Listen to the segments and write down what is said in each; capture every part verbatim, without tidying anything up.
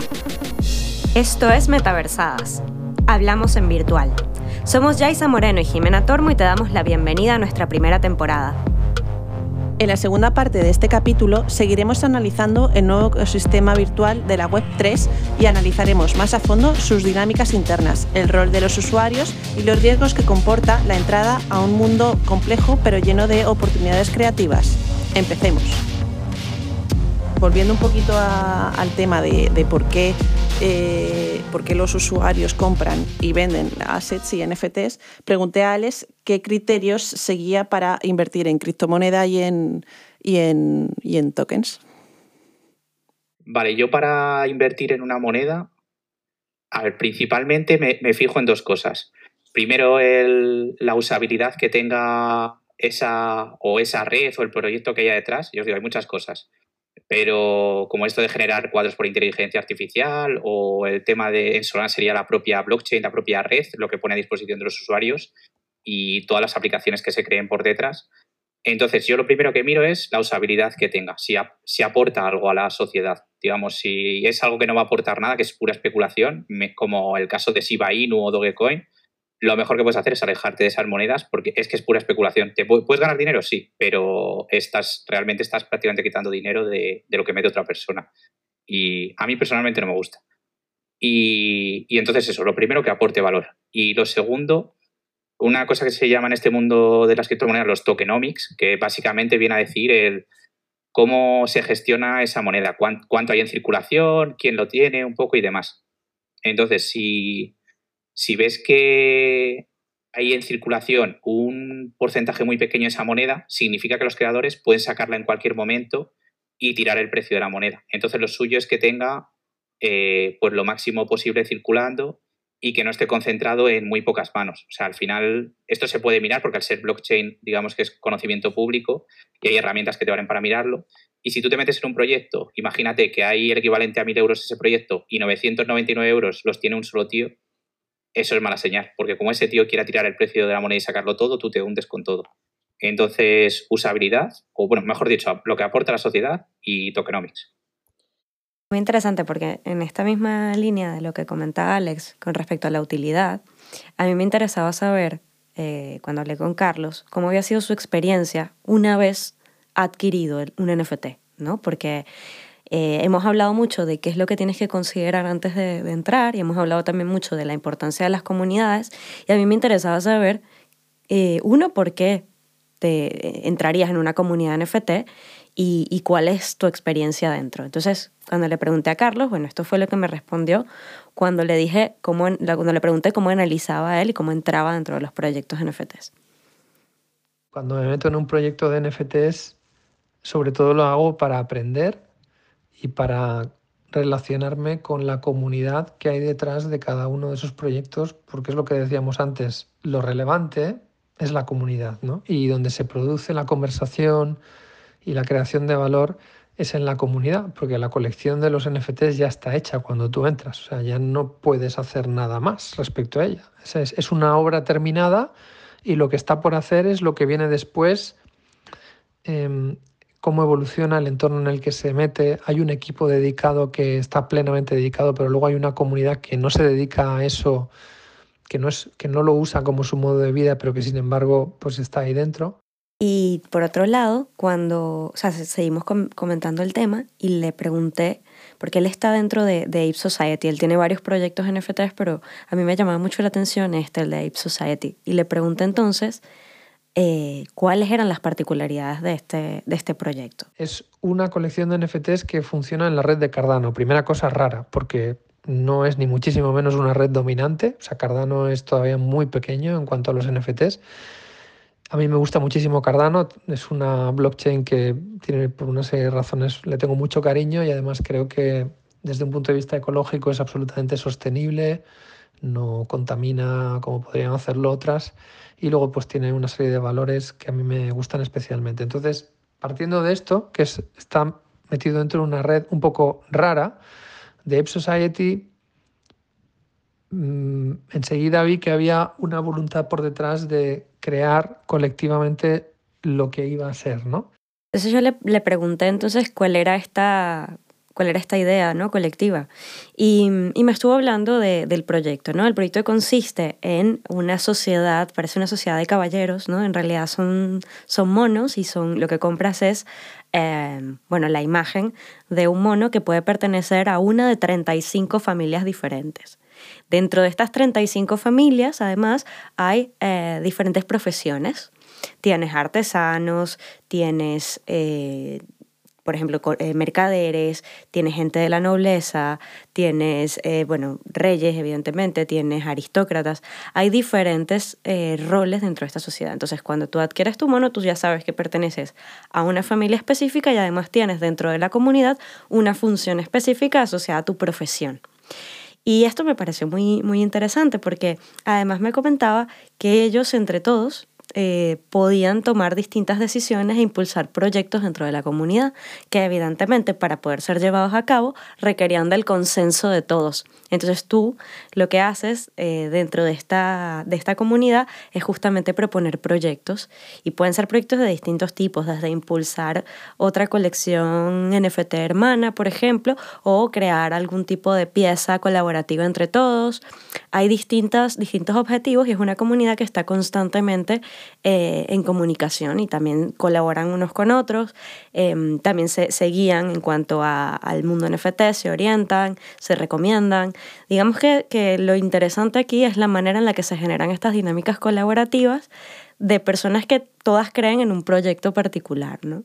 Esto es Metaversadas. Hablamos en virtual. Somos Yaisa Moreno y Jimena Tormo y te damos la bienvenida a nuestra primera temporada. En la segunda parte de este capítulo seguiremos analizando el nuevo ecosistema virtual de la web tres y analizaremos más a fondo sus dinámicas internas, el rol de los usuarios y los riesgos que comporta la entrada a un mundo complejo pero lleno de oportunidades creativas. Empecemos. Volviendo un poquito a, al tema de, de por qué Eh, por qué los usuarios compran y venden assets y N F Ts, pregunté a Alex qué criterios seguía para invertir en criptomoneda y en, y en, y en tokens. Vale, yo para invertir en una moneda, a ver, principalmente me, me fijo en dos cosas. Primero, el, la usabilidad que tenga esa, o esa red o el proyecto que haya detrás. Yo os digo, hay muchas cosas. Pero como esto de generar cuadros por inteligencia artificial o el tema de en Solana sería la propia blockchain, la propia red, lo que pone a disposición de los usuarios y todas las aplicaciones que se creen por detrás. Entonces, yo lo primero que miro es la usabilidad que tenga, si, a, si aporta algo a la sociedad. Digamos, si es algo que no va a aportar nada, que es pura especulación, me, como el caso de Shiba Inu o Dogecoin, lo mejor que puedes hacer es alejarte de esas monedas porque es que es pura especulación. ¿Te puedes ganar dinero? Sí, pero estás, realmente estás prácticamente quitando dinero de, de lo que mete otra persona. Y a mí personalmente no me gusta. Y, y entonces eso, lo primero que aporte valor. Y lo segundo, una cosa que se llama en este mundo de las criptomonedas los tokenomics, que básicamente viene a decir el cómo se gestiona esa moneda, cuánto, cuánto hay en circulación, quién lo tiene, un poco y demás. Entonces, si... Si ves que hay en circulación un porcentaje muy pequeño de esa moneda, significa que los creadores pueden sacarla en cualquier momento y tirar el precio de la moneda. Entonces, lo suyo es que tenga eh, pues lo máximo posible circulando y que no esté concentrado en muy pocas manos. O sea, al final, esto se puede mirar porque al ser blockchain, digamos que es conocimiento público y hay herramientas que te valen para mirarlo. Y si tú te metes en un proyecto, imagínate que hay el equivalente a mil euros ese proyecto y novecientos noventa y nueve euros los tiene un solo tío, eso es mala señal, porque como ese tío quiera tirar el precio de la moneda y sacarlo todo, tú te hundes con todo. Entonces, usabilidad, o bueno, mejor dicho, lo que aporta a la sociedad y tokenomics. Muy interesante porque en esta misma línea de lo que comentaba Alex con respecto a la utilidad, a mí me interesaba saber, eh, cuando hablé con Carlos, cómo había sido su experiencia una vez adquirido un N F T, ¿no? Porque Eh, hemos hablado mucho de qué es lo que tienes que considerar antes de, de entrar y hemos hablado también mucho de la importancia de las comunidades y a mí me interesaba saber, eh, uno, por qué te entrarías en una comunidad N F T y, y cuál es tu experiencia dentro. Entonces, cuando le pregunté a Carlos, bueno, esto fue lo que me respondió cuando le dije cómo, cuando le pregunté cómo analizaba él y cómo entraba dentro de los proyectos N F Ts. Cuando me meto en un proyecto de N F Ts, sobre todo lo hago para aprender y para relacionarme con la comunidad que hay detrás de cada uno de esos proyectos, porque es lo que decíamos antes, lo relevante es la comunidad, ¿no? Y donde se produce la conversación y la creación de valor es en la comunidad, porque la colección de los N F Ts ya está hecha cuando tú entras, o sea, ya no puedes hacer nada más respecto a ella. Es, es una obra terminada y lo que está por hacer es lo que viene después, eh, cómo evoluciona el entorno en el que se mete. Hay un equipo dedicado que está plenamente dedicado, pero luego hay una comunidad que no se dedica a eso, que no, es, que no lo usa como su modo de vida, pero que sin embargo pues está ahí dentro. Y por otro lado, cuando, o sea, seguimos com- comentando el tema y le pregunté, porque él está dentro de, de Ape Society, él tiene varios proyectos N F Ts, pero a mí me llamaba mucho la atención este, el de Ape Society. Y le pregunté entonces eh, cuáles eran las particularidades de este, de este proyecto. Es una colección de N F Ts que funciona en la red de Cardano. Primera cosa rara, porque no es ni muchísimo menos una red dominante. O sea, Cardano es todavía muy pequeño en cuanto a los N F Ts. A mí me gusta muchísimo Cardano, es una blockchain que tiene, por unas razones, le tengo mucho cariño y además creo que desde un punto de vista ecológico es absolutamente sostenible, no contamina como podrían hacerlo otras y luego pues tiene una serie de valores que a mí me gustan especialmente. Entonces, partiendo de esto, que es, está metido dentro de una red un poco rara de Ape Society, enseguida vi que había una voluntad por detrás de crear colectivamente lo que iba a ser, ¿no? Entonces yo le, le pregunté entonces cuál era esta, cuál era esta idea, ¿no?, colectiva. Y, y me estuvo hablando de, del proyecto, ¿no? El proyecto consiste en una sociedad, parece una sociedad de caballeros, ¿no? En realidad son, son monos y son, lo que compras es, eh, bueno, la imagen de un mono que puede pertenecer a una de treinta y cinco familias diferentes. Dentro de estas treinta y cinco familias, además, hay eh, diferentes profesiones. Tienes artesanos, tienes... Eh, por ejemplo, eh, mercaderes, tienes gente de la nobleza, tienes, eh, bueno, reyes, evidentemente, tienes aristócratas. Hay diferentes eh, roles dentro de esta sociedad. Entonces, cuando tú adquieres tu mono, tú ya sabes que perteneces a una familia específica y además tienes dentro de la comunidad una función específica asociada a tu profesión. Y esto me pareció muy, muy interesante porque además me comentaba que ellos, entre todos, Eh, podían tomar distintas decisiones e impulsar proyectos dentro de la comunidad que evidentemente para poder ser llevados a cabo requerían del consenso de todos. Entonces tú lo que haces eh, dentro de esta, de esta comunidad es justamente proponer proyectos y pueden ser proyectos de distintos tipos, desde impulsar otra colección N F T hermana, por ejemplo, o crear algún tipo de pieza colaborativa entre todos. Hay distintas, distintos objetivos y es una comunidad que está constantemente Eh, en comunicación y también colaboran unos con otros, eh, también se, se guían en cuanto a, al mundo N F T, se orientan, se recomiendan. Digamos que, que lo interesante aquí es la manera en la que se generan estas dinámicas colaborativas de personas que todas creen en un proyecto particular, ¿no?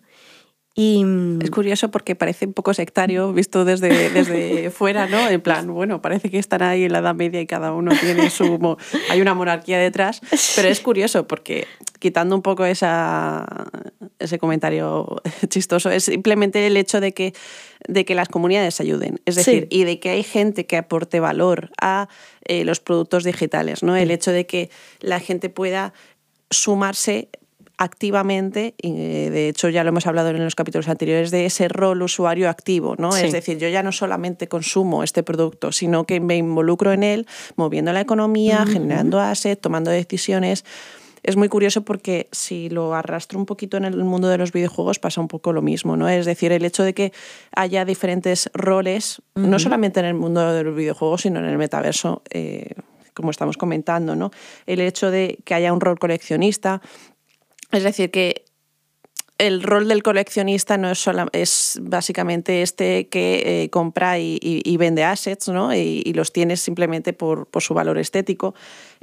Y es curioso porque parece un poco sectario visto desde, desde fuera, ¿no? En plan, bueno, parece que están ahí en la Edad Media y cada uno tiene su... hay una monarquía detrás, pero es curioso porque quitando un poco esa, ese comentario chistoso, es simplemente el hecho de que, de que las comunidades ayuden, es decir, sí. y de que hay gente que aporte valor a eh, los productos digitales, ¿no? El hecho de que la gente pueda sumarse activamente, y de hecho ya lo hemos hablado en los capítulos anteriores, de ese rol usuario activo, ¿no? Sí. Es decir, yo ya no solamente consumo este producto, sino que me involucro en él, moviendo la economía, uh-huh. generando assets, tomando decisiones. Es muy curioso porque si lo arrastro un poquito en el mundo de los videojuegos pasa un poco lo mismo, ¿no? Es decir, el hecho de que haya diferentes roles, uh-huh. no solamente en el mundo de los videojuegos, sino en el metaverso, eh, como estamos comentando, ¿no? El hecho de que haya un rol coleccionista. Es decir, que el rol del coleccionista no es, solo, es básicamente este que eh, compra y, y, y vende assets, ¿no? y, y los tienes simplemente por, por su valor estético.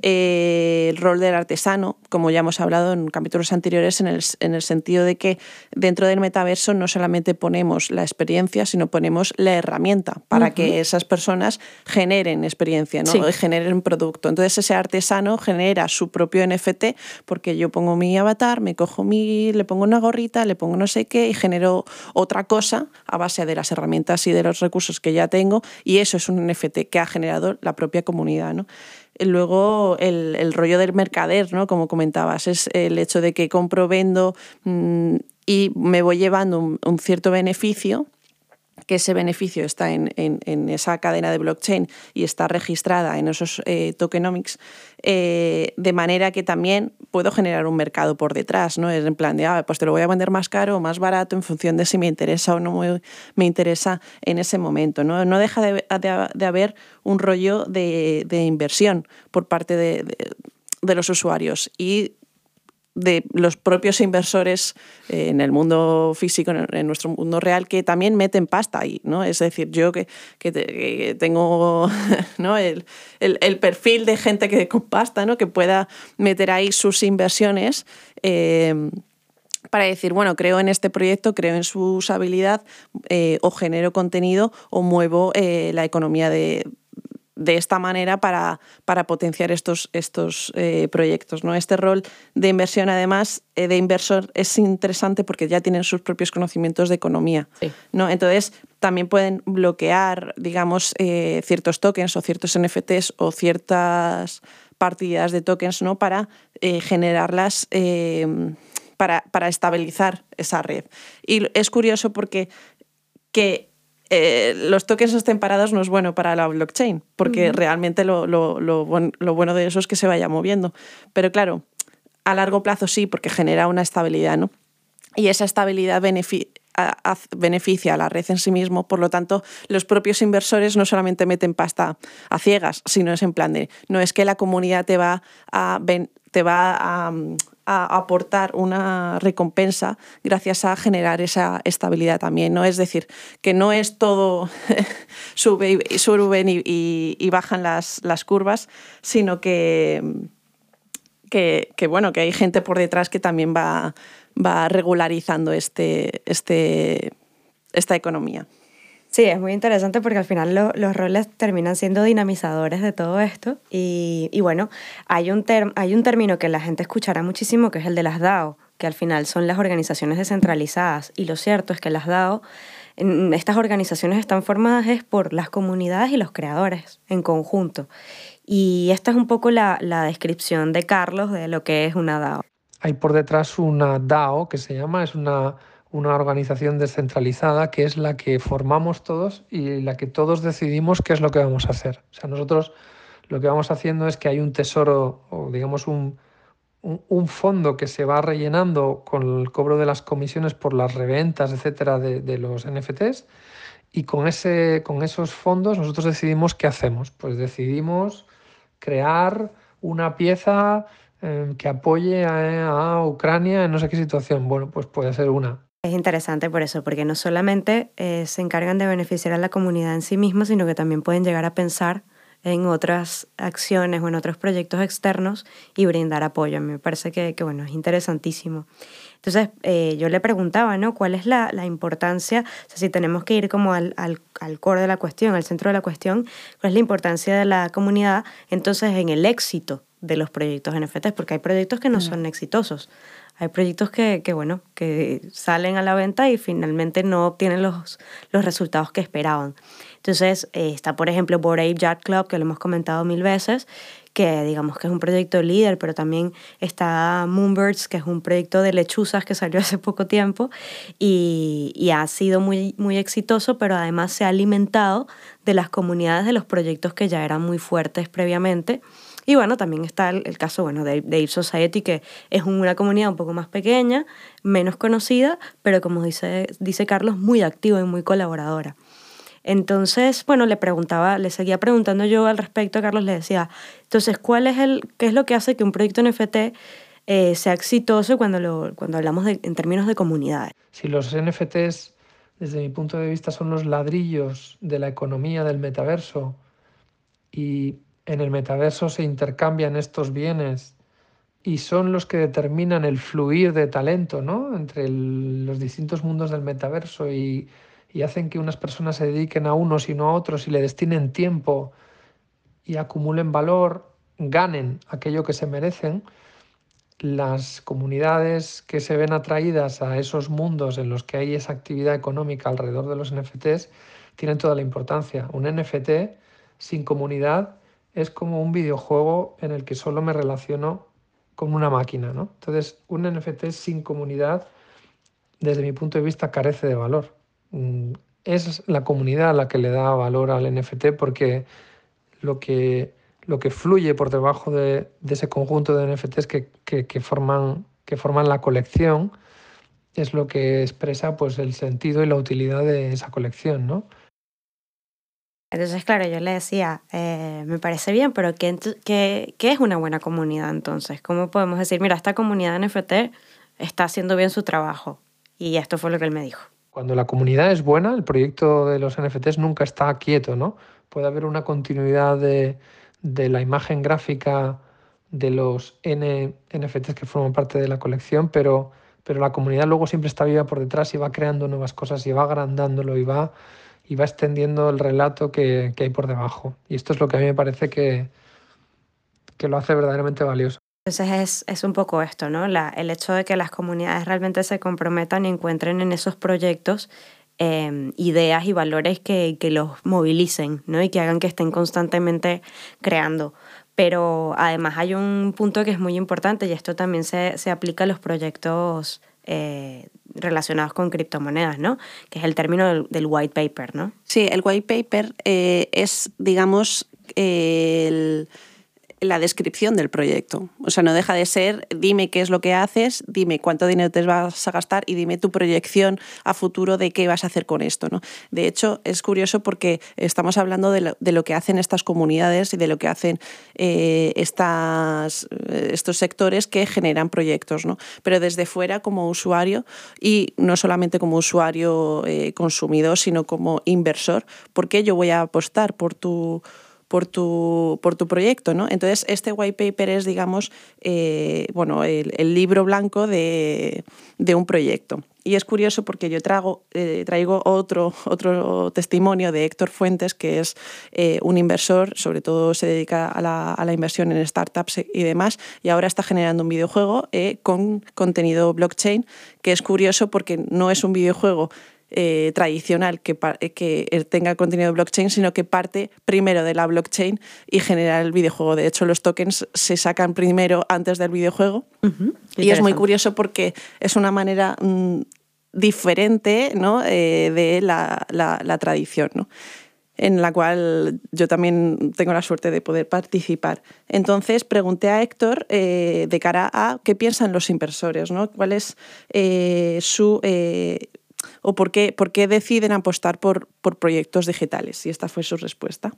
Eh, el rol del artesano, como ya hemos hablado en capítulos anteriores, en el, en el sentido de que dentro del metaverso no solamente ponemos la experiencia, sino ponemos la herramienta para uh-huh. que esas personas generen experiencia, ¿no? Sí. generen producto. Entonces ese artesano genera su propio N F T porque yo pongo mi avatar, me cojo mi, le pongo una gorrita, le pongo no sé qué y genero otra cosa a base de las herramientas y de los recursos que ya tengo, y eso es un N F T que ha generado la propia comunidad, ¿no? Luego el, el rollo del mercader, ¿no? Como comentabas, es el hecho de que compro, vendo mmm, y me voy llevando un, un cierto beneficio, que ese beneficio está en, en, en esa cadena de blockchain y está registrada en esos eh, tokenomics, eh, de manera que también puedo generar un mercado por detrás, ¿no? Es en plan de, ah, pues te lo voy a vender más caro o más barato en función de si me interesa o no me, me interesa en ese momento, ¿no? No deja de, de, de haber un rollo de, de inversión por parte de, de, de los usuarios y de los propios inversores eh, en el mundo físico, en, en nuestro mundo real, que también meten pasta ahí, ¿no? Es decir, yo que, que, te, que tengo ¿no? el, el, el perfil de gente que con pasta, ¿no? Que pueda meter ahí sus inversiones eh, para decir, bueno, creo en este proyecto, creo en su usabilidad, eh, o genero contenido o muevo eh, la economía de de esta manera para, para potenciar estos, estos eh, proyectos, ¿no? Este rol de inversión, además, eh, de inversor es interesante porque ya tienen sus propios conocimientos de economía, sí. ¿no? Entonces, también pueden bloquear, digamos, eh, ciertos tokens o ciertos N F Ts o ciertas partidas de tokens, ¿no? Para eh, generarlas, eh, para, para estabilizar esa red. Y es curioso porque que Eh, los tokens estén parados no es bueno para la blockchain, porque uh-huh. realmente lo, lo, lo, bon, lo bueno de eso es que se vaya moviendo. Pero claro, a largo plazo sí, porque genera una estabilidad, ¿no? Y esa estabilidad beneficia, a, a, beneficia a la red en sí mismo. Por lo tanto, los propios inversores no solamente meten pasta a ciegas, sino es en plan de, no es que la comunidad te va a, te va a, a aportar una recompensa gracias a generar esa estabilidad también, ¿no? Es decir, que no es todo sube y, suben y, y, y bajan las, las curvas, sino que, que, que, bueno, que hay gente por detrás que también va, va regularizando este, este, esta economía. Sí, es muy interesante porque al final lo, los roles terminan siendo dinamizadores de todo esto y, y bueno, hay un, term, hay un término que la gente escuchará muchísimo que es el de las DAO, que al final son las organizaciones descentralizadas y lo cierto es que las DAO, estas organizaciones están formadas es por las comunidades y los creadores en conjunto y esta es un poco la, la descripción de Carlos de lo que es una DAO. Hay por detrás una DAO que se llama, es una... una organización descentralizada que es la que formamos todos y la que todos decidimos qué es lo que vamos a hacer. O sea, nosotros lo que vamos haciendo es que hay un tesoro o digamos un, un, un fondo que se va rellenando con el cobro de las comisiones por las reventas, etcétera, de, de los N F Ts y con, ese, con esos fondos nosotros decidimos qué hacemos. Pues decidimos crear una pieza eh, que apoye a, a Ucrania en no sé qué situación. Bueno, pues puede ser una. Es interesante por eso, porque no solamente eh, se encargan de beneficiar a la comunidad en sí misma, sino que también pueden llegar a pensar en otras acciones o en otros proyectos externos y brindar apoyo. A mí me parece que, que bueno, es interesantísimo. Entonces, eh, yo le preguntaba, ¿no? ¿Cuál es la, la importancia? O sea, si tenemos que ir como al, al, al core de la cuestión, al centro de la cuestión, ¿cuál es la importancia de la comunidad entonces en el éxito de los proyectos N F Ts? Porque hay proyectos que no mm. son exitosos. Hay proyectos que, que, bueno, que salen a la venta y finalmente no obtienen los, los resultados que esperaban. Entonces, eh, está, por ejemplo, Bored Ape Yacht Club, que lo hemos comentado mil veces, que digamos que es un proyecto líder, pero también está Moonbirds, que es un proyecto de lechuzas que salió hace poco tiempo y, y ha sido muy, muy exitoso, pero además se ha alimentado de las comunidades de los proyectos que ya eran muy fuertes previamente. Y bueno, también está el, el caso bueno, de, de Ape Society, que es una comunidad un poco más pequeña, menos conocida, pero como dice, dice Carlos, muy activa y muy colaboradora. Entonces, bueno, le preguntaba, le seguía preguntando yo al respecto a Carlos, le decía, entonces, ¿cuál es el, qué es lo que hace que un proyecto N F T eh, sea exitoso cuando, lo, cuando hablamos de, en términos de comunidades? Si los N F Ts, desde mi punto de vista, son los ladrillos de la economía del metaverso y en el metaverso se intercambian estos bienes y son los que determinan el fluir de talento, ¿no? Entre el, los distintos mundos del metaverso y, y hacen que unas personas se dediquen a unos y no a otros y le destinen tiempo y acumulen valor, ganen aquello que se merecen. Las comunidades que se ven atraídas a esos mundos en los que hay esa actividad económica alrededor de los N F Ts tienen toda la importancia. Un N F T sin comunidad es como un videojuego en el que solo me relaciono con una máquina, ¿no? Entonces, un N F T sin comunidad, desde mi punto de vista, carece de valor. Es la comunidad la que le da valor al N F T porque lo que, lo que fluye por debajo de, de ese conjunto de N F Ts que, que, que, forman, que forman la colección es lo que expresa pues, el sentido y la utilidad de esa colección, ¿no? Entonces, claro, yo le decía, eh, me parece bien, pero ¿qué, qué, ¿qué es una buena comunidad entonces? ¿Cómo podemos decir, mira, esta comunidad de N F T está haciendo bien su trabajo? Y esto fue lo que él me dijo. Cuando la comunidad es buena, el proyecto de los N F Ts nunca está quieto, ¿no? Puede haber una continuidad de, de la imagen gráfica de los N F Ts que forman parte de la colección, pero, pero la comunidad luego siempre está viva por detrás y va creando nuevas cosas y va agrandándolo y va, y va extendiendo el relato que, que hay por debajo. Y esto es lo que a mí me parece que, que lo hace verdaderamente valioso. Entonces es, es un poco esto, ¿no? La, el hecho de que las comunidades realmente se comprometan y encuentren en esos proyectos eh, ideas y valores que, que los movilicen, ¿no? Y que hagan que estén constantemente creando. Pero además hay un punto que es muy importante y esto también se, se aplica a los proyectos eh, relacionados con criptomonedas, ¿no? Que es el término del, del white paper, ¿no? Sí, el white paper eh, es, digamos, eh, el... la descripción del proyecto. O sea, no deja de ser, dime qué es lo que haces, dime cuánto dinero te vas a gastar y dime tu proyección a futuro de qué vas a hacer con esto, ¿no? De hecho, es curioso porque estamos hablando de lo, de lo que hacen estas comunidades y de lo que hacen eh, estas, estos sectores que generan proyectos, ¿no? Pero desde fuera, como usuario, y no solamente como usuario eh, consumidor, sino como inversor, ¿por qué yo voy a apostar por tu... Por tu, por tu proyecto, ¿no? Entonces, este white paper es, digamos, eh, bueno, el, el libro blanco de, de un proyecto. Y es curioso porque yo traigo, eh, traigo otro, otro testimonio de Héctor Fuentes, que es eh, un inversor, sobre todo se dedica a la, a la inversión en startups y demás, y ahora está generando un videojuego eh, con contenido blockchain, que es curioso porque no es un videojuego Eh, tradicional que, que tenga contenido blockchain, sino que parte primero de la blockchain y genera el videojuego. De hecho, los tokens se sacan primero antes del videojuego. Uh-huh. Y es muy curioso porque es una manera mmm, diferente, ¿no? eh, de la, la, la tradición, ¿no? En la cual yo también tengo la suerte de poder participar. Entonces pregunté a Héctor eh, de cara a qué piensan los inversores, ¿no? ¿Cuál es eh, su... Eh, o por qué, por qué deciden apostar por, por proyectos digitales? Y esta fue su respuesta.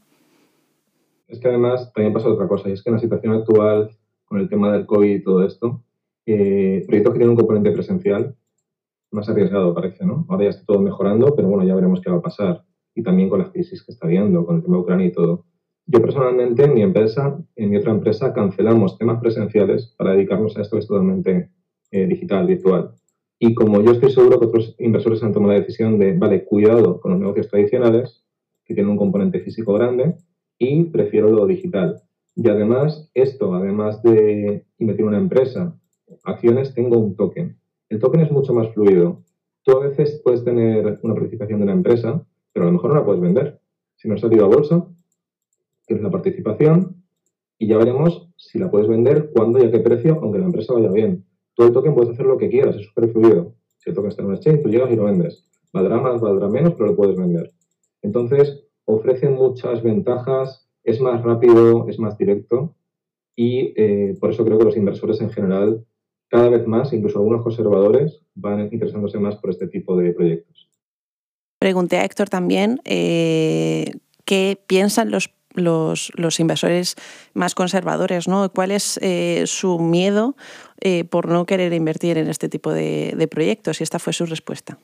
Es que además también pasa otra cosa, y es que en la situación actual, con el tema del COVID y todo esto, eh, proyectos que tienen un componente presencial, más arriesgado parece, ¿no? Ahora ya está todo mejorando, pero bueno, ya veremos qué va a pasar. Y también con la crisis que está habiendo, con el tema de Ucrania y todo. Yo personalmente, en mi empresa, en mi otra empresa, cancelamos temas presenciales para dedicarnos a esto que es totalmente eh, digital, virtual. Y como yo estoy seguro que otros inversores han tomado la decisión de, vale, cuidado con los negocios tradicionales, que tienen un componente físico grande, y prefiero lo digital. Y además, esto, además de invertir en una empresa, acciones, tengo un token. El token es mucho más fluido. Tú a veces puedes tener una participación de una empresa, pero a lo mejor no la puedes vender. Si no has salido a bolsa, tienes la participación y ya veremos si la puedes vender, cuándo y a qué precio, aunque la empresa vaya bien. Tú el token puedes hacer lo que quieras, es súper fluido. Si el token está en un exchange, tú llegas y lo vendes. Valdrá más, valdrá menos, pero lo puedes vender. Entonces, ofrece muchas ventajas, es más rápido, es más directo y eh, por eso creo que los inversores en general, cada vez más, incluso algunos conservadores, van interesándose más por este tipo de proyectos. Pregunté a Héctor también eh, qué piensan los Los, los inversores más conservadores, ¿no? ¿Cuál es eh, su miedo eh, por no querer invertir en este tipo de, de proyectos? Y esta fue su respuesta.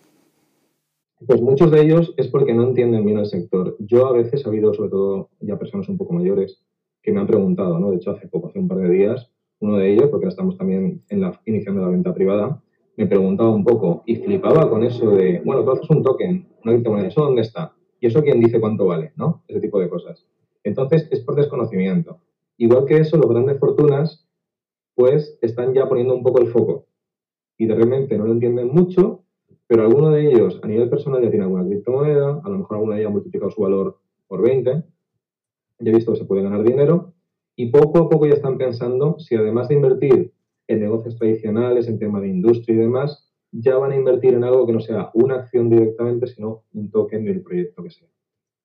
Pues muchos de ellos es porque no entienden bien el sector. Yo a veces he habido, sobre todo ya personas un poco mayores, que me han preguntado, ¿no? De hecho, hace poco, hace un par de días, uno de ellos, porque ahora estamos también en la, iniciando la venta privada, me preguntaba un poco y flipaba con eso de, bueno, tú haces un token, una criptomoneda, ¿eso dónde está? ¿Y eso quién dice cuánto vale? ¿No? Ese tipo de cosas. Entonces, es por desconocimiento. Igual que eso, los grandes fortunas, pues, están ya poniendo un poco el foco. Y de repente no lo entienden mucho, pero alguno de ellos, a nivel personal, ya tiene alguna criptomoneda, a lo mejor alguna de ellas ha multiplicado su valor por veinte, ya he visto que se puede ganar dinero, y poco a poco ya están pensando si además de invertir en negocios tradicionales, en tema de industria y demás, ya van a invertir en algo que no sea una acción directamente, sino un token del proyecto que sea.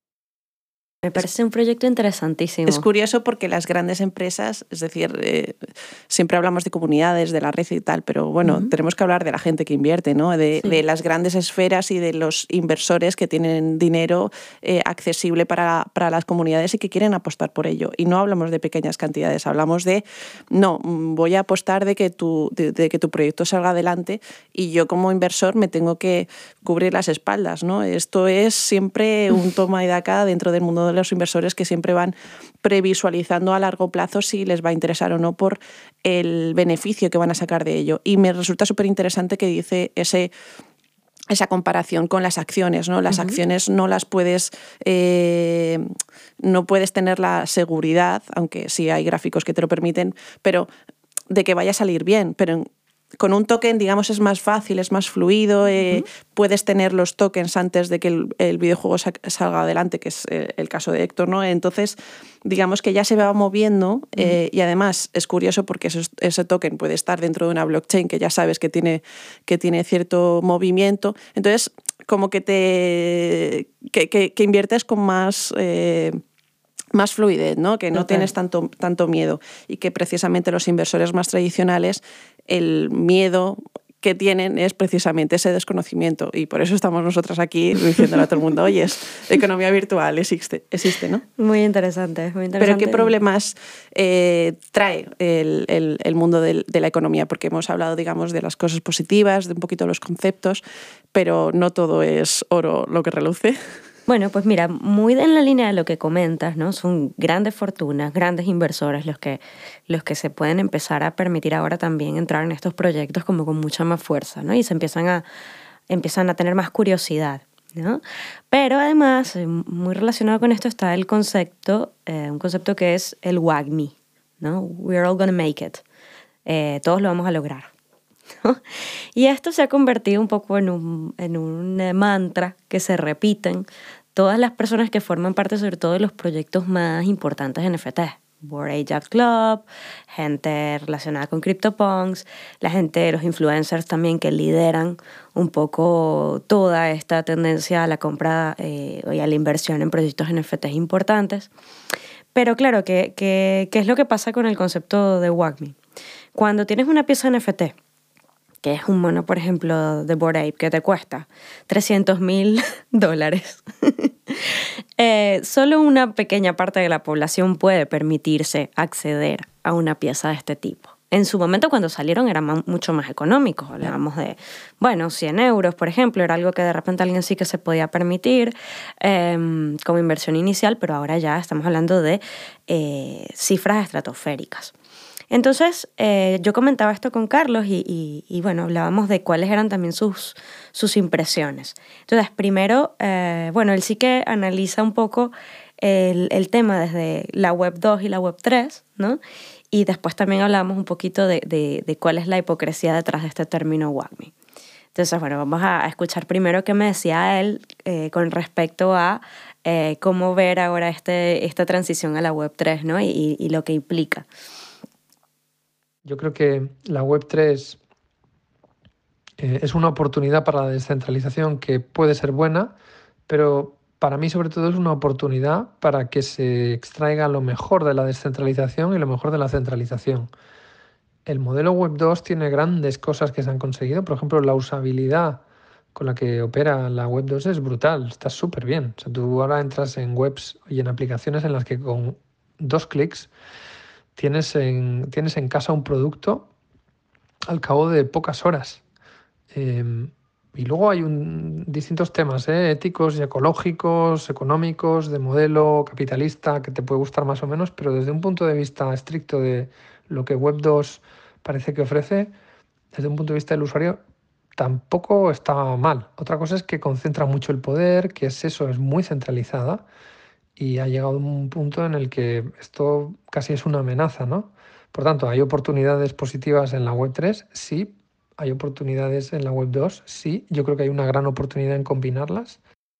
Me parece un proyecto interesantísimo. Es curioso porque las grandes empresas, es decir, eh, siempre hablamos de comunidades, de la red y tal, pero bueno, uh-huh. tenemos que hablar de la gente que invierte, ¿no? De, sí. de las grandes esferas y de los inversores que tienen dinero eh, accesible para, para las comunidades y que quieren apostar por ello. Y no hablamos de pequeñas cantidades, hablamos de, no, voy a apostar de que tu, de, de que tu proyecto salga adelante y yo como inversor me tengo que cubrir las espaldas, ¿no? Esto es siempre un toma y daca dentro del mundo de los inversores que siempre van previsualizando a largo plazo si les va a interesar o no por el beneficio que van a sacar de ello. Y me resulta súper interesante que dice ese, esa comparación con las acciones, ¿no? Las uh-huh. acciones no las puedes, eh, no puedes tener la seguridad, aunque sí hay gráficos que te lo permiten, pero de que vaya a salir bien, pero en, con un token, digamos, es más fácil, es más fluido, eh, uh-huh. puedes tener los tokens antes de que el, el videojuego salga adelante, que es el, el caso de Héctor, ¿no? Entonces, digamos que ya se va moviendo uh-huh. eh, y además es curioso porque ese, ese token puede estar dentro de una blockchain que ya sabes que tiene, que tiene cierto movimiento. Entonces, como que te que, que, que inviertes con más... Eh, más fluidez, ¿no? Que no Total. tienes tanto, tanto miedo y que precisamente los inversores más tradicionales, el miedo que tienen es precisamente ese desconocimiento y por eso estamos nosotras aquí diciéndole a todo el mundo, oye, es economía virtual, existe, existe, ¿no? Muy interesante, muy interesante. Pero ¿qué problemas eh, trae el, el, el mundo del, de la economía? Porque hemos hablado, digamos, de las cosas positivas, de un poquito los conceptos, pero no todo es oro lo que reluce. Bueno, pues mira, muy en la línea de lo que comentas, ¿no? Son grandes fortunas, grandes inversores los que, los que se pueden empezar a permitir ahora también entrar en estos proyectos como con mucha más fuerza, ¿no? Y se empiezan a, empiezan a tener más curiosidad, ¿no? Pero además, muy relacionado con esto está el concepto, eh, un concepto que es el W A G M I, ¿no? We're all gonna make it. Eh, todos lo vamos a lograr. ¿No? Y esto se ha convertido un poco en un, en un mantra que se repiten todas las personas que forman parte sobre todo de los proyectos más importantes de N F T. Bored Ape Yacht Club, gente relacionada con CryptoPunks, la gente de los influencers también que lideran un poco toda esta tendencia a la compra eh, y a la inversión en proyectos N F Ts importantes. Pero claro, ¿qué, qué, qué es lo que pasa con el concepto de W A G M I? Cuando tienes una pieza N F T, que es un mono, por ejemplo, de Bored Ape, que te cuesta trescientos mil dólares. eh, solo una pequeña parte de la población puede permitirse acceder a una pieza de este tipo. En su momento, cuando salieron, eran más, mucho más económicos. Hablábamos de, bueno, cien euros, por ejemplo, era algo que de repente alguien sí que se podía permitir eh, como inversión inicial, pero ahora ya estamos hablando de eh, cifras estratosféricas. Entonces, eh, yo comentaba esto con Carlos y, y, y, bueno, hablábamos de cuáles eran también sus, sus impresiones. Entonces, primero, eh, bueno, él sí que analiza un poco el, el tema desde la web dos y la web tres, ¿no? Y después también hablamos un poquito de, de, de cuál es la hipocresía detrás de este término W A G M I. Entonces, bueno, vamos a escuchar primero qué me decía él eh, con respecto a eh, cómo ver ahora este, esta transición a la web tres, ¿no? Y, y lo que implica. Yo creo que la web tres eh, es una oportunidad para la descentralización que puede ser buena, pero para mí sobre todo es una oportunidad para que se extraiga lo mejor de la descentralización y lo mejor de la centralización. El modelo web dos tiene grandes cosas que se han conseguido, por ejemplo, la usabilidad con la que opera la web dos es brutal, está súper bien. O sea, tú ahora entras en webs y en aplicaciones en las que con dos clics Tienes en, tienes en casa un producto al cabo de pocas horas. Eh, y luego hay un, distintos temas, ¿eh? éticos y ecológicos, económicos, de modelo capitalista, que te puede gustar más o menos, pero desde un punto de vista estricto de lo que web dos parece que ofrece, desde un punto de vista del usuario, tampoco está mal. Otra cosa es que concentra mucho el poder, que es eso, es muy centralizada. Y ha llegado un punto en el que esto casi es una amenaza, ¿no? Por tanto, ¿hay oportunidades positivas en la web tres? Sí. ¿Hay oportunidades en la web dos? Sí. Yo creo que hay una gran oportunidad en combinarlas.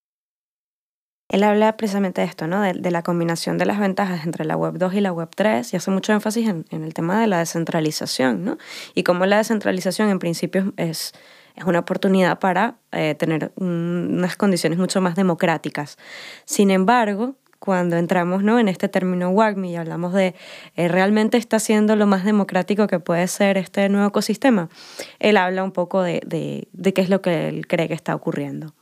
Él habla precisamente de esto, ¿no? De, de la combinación de las ventajas entre la web dos y la web tres y hace mucho énfasis en, en el tema de la descentralización, ¿no? Y cómo la descentralización en principio es, es una oportunidad para eh, tener un, unas condiciones mucho más democráticas. Sin embargo, cuando entramos, ¿no? en este término W A G M I y hablamos de eh, realmente está siendo lo más democrático que puede ser este nuevo ecosistema, él habla un poco de, de, de qué es lo que él cree que está ocurriendo.